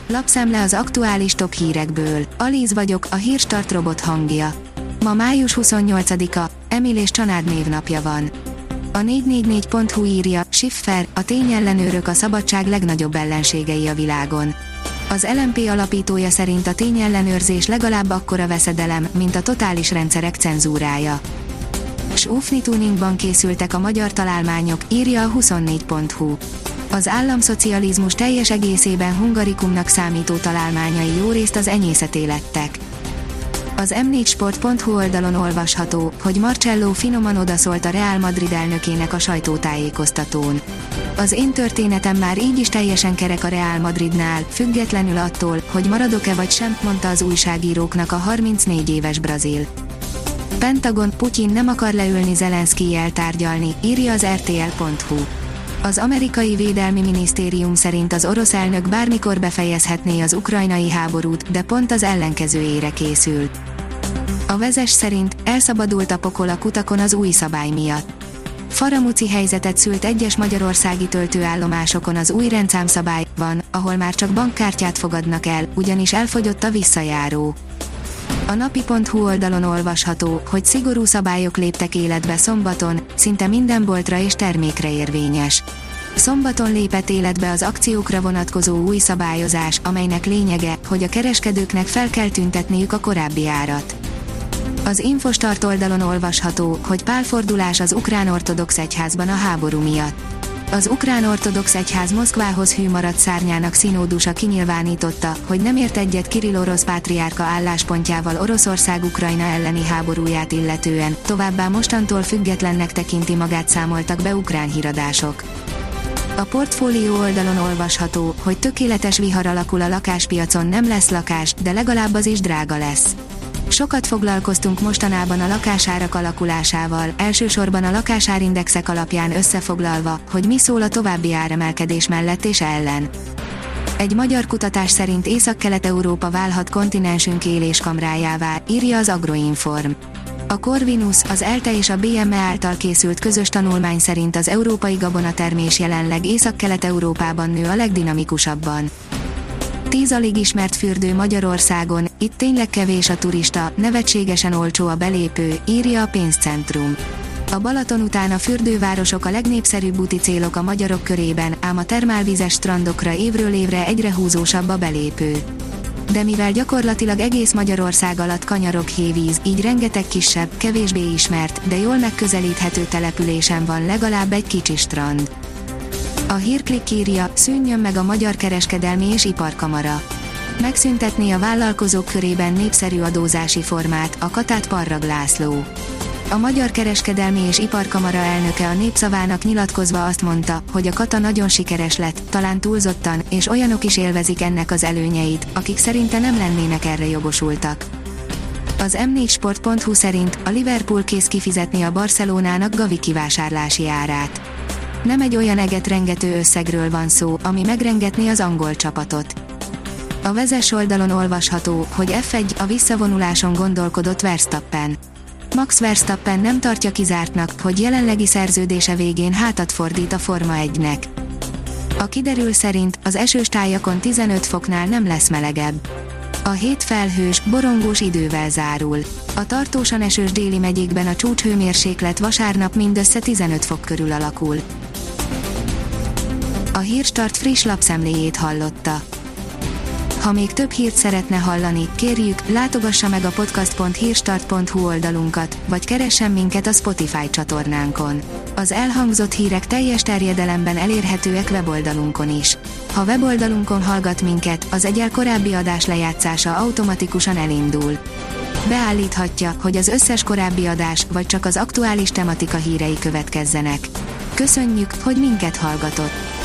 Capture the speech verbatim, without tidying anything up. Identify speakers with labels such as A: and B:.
A: Lapszemle az aktuális top hírekből. Alíz vagyok, a Hírstart robot hangja. Ma május huszonnyolcadika, Emil és Csanád névnapja van. A négy négy négy pont hu írja, Schiffer, a tényellenőrök a szabadság legnagyobb ellenségei a világon. Az el em pé alapítója szerint a tényellenőrzés legalább akkora veszedelem, mint a totális rendszerek cenzúrája. S ufni tuningban készültek a magyar találmányok, írja a huszonnégy pont hu. Az államszocializmus teljes egészében hungarikumnak számító találmányai jórészt az enyészeté lettek. Az em négy sport pont hu oldalon olvasható, hogy Marcello finoman odaszólt a Real Madrid elnökének a sajtótájékoztatón. Az én történetem már így is teljesen kerek a Real Madridnál, függetlenül attól, hogy maradok-e vagy sem, mondta az újságíróknak a harmincnégy éves brazil. Pentagon, Putyin nem akar leülni Zelenszkijjel tárgyalni, írja az er té el pont hu. Az amerikai védelmi minisztérium szerint az orosz elnök bármikor befejezhetné az ukrajnai háborút, de pont az ellenkezőjére készül. A Vezes szerint elszabadult a pokol a kutakon az új szabály miatt. Faramúci helyzetet szült egyes magyarországi töltőállomásokon az új rendszámszabály, van, ahol már csak bankkártyát fogadnak el, ugyanis elfogyott a visszajáró. A napi pont hu oldalon olvasható, hogy szigorú szabályok léptek életbe szombaton, szinte minden boltra és termékre érvényes. Szombaton lépett életbe az akciókra vonatkozó új szabályozás, amelynek lényege, hogy a kereskedőknek fel kell tüntetniük a korábbi árat. Az Infostart oldalon olvasható, hogy pálfordulás az ukrán ortodox egyházban a háború miatt. Az ukrán ortodox egyház Moszkvához hű maradt szárnyának szinódusa kinyilvánította, hogy nem ért egyet Kirill orosz pátriárka álláspontjával Oroszország Ukrajna elleni háborúját illetően, továbbá mostantól függetlennek tekinti magát, számoltak be ukrán híradások. A Portfólió oldalon olvasható, hogy tökéletes vihar alakul a lakáspiacon, nem lesz lakás, de legalább az is drága lesz. Sokat foglalkoztunk mostanában a lakásárak alakulásával, elsősorban a lakásárindexek alapján összefoglalva, hogy mi szól a további áremelkedés mellett és ellen. Egy magyar kutatás szerint Észak-Kelet-Európa válhat kontinensünk éléskamrájává, írja az Agroinform. A Corvinus, az ELTE és a bé em e által készült közös tanulmány szerint az európai gabonatermés jelenleg Észak-Kelet-Európában nő a legdinamikusabban. tíz alig ismert fürdő Magyarországon, itt tényleg kevés a turista, nevetségesen olcsó a belépő, írja a Pénzcentrum. A Balaton után a fürdővárosok a legnépszerűbb úti célok a magyarok körében, ám a termálvizes strandokra évről évre egyre húzósabb a belépő. De mivel gyakorlatilag egész Magyarország alatt kanyarog hévíz, így rengeteg kisebb, kevésbé ismert, de jól megközelíthető településen van legalább egy kicsi strand. A Hírklik írja, szűnjön meg a Magyar Kereskedelmi és Iparkamara. Megszüntetné a vállalkozók körében népszerű adózási formát, a Katát Parrag László. A Magyar Kereskedelmi és Iparkamara elnöke a Népszavának nyilatkozva azt mondta, hogy a Kata nagyon sikeres lett, talán túlzottan, és olyanok is élvezik ennek az előnyeit, akik szerinte nem lennének erre jogosultak. Az em négy sport pont hu szerint a Liverpool kész kifizetni a Barcelonának Gavi kivásárlási árát. Nem egy olyan eget-rengető összegről van szó, ami megrengetné az angol csapatot. A Vezes oldalon olvasható, hogy ef egy, a visszavonuláson gondolkodott Verstappen. Max Verstappen nem tartja kizártnak, hogy jelenlegi szerződése végén hátat fordít a Forma egynek. A kiderül szerint az esős tájakon tizenöt foknál nem lesz melegebb. A hét felhős, borongós idővel zárul. A tartósan esős déli megyékben a csúcshőmérséklet vasárnap mindössze tizenöt fok körül alakul. A Hírstart friss lapszemléjét hallotta. Ha még több hírt szeretne hallani, kérjük, látogassa meg a podcast pont hírstart pont hu oldalunkat, vagy keressen minket a Spotify csatornánkon. Az elhangzott hírek teljes terjedelemben elérhetőek weboldalunkon is. Ha weboldalunkon hallgat minket, az egyel korábbi adás lejátszása automatikusan elindul. Beállíthatja, hogy az összes korábbi adás, vagy csak az aktuális tematika hírei következzenek. Köszönjük, hogy minket hallgatott!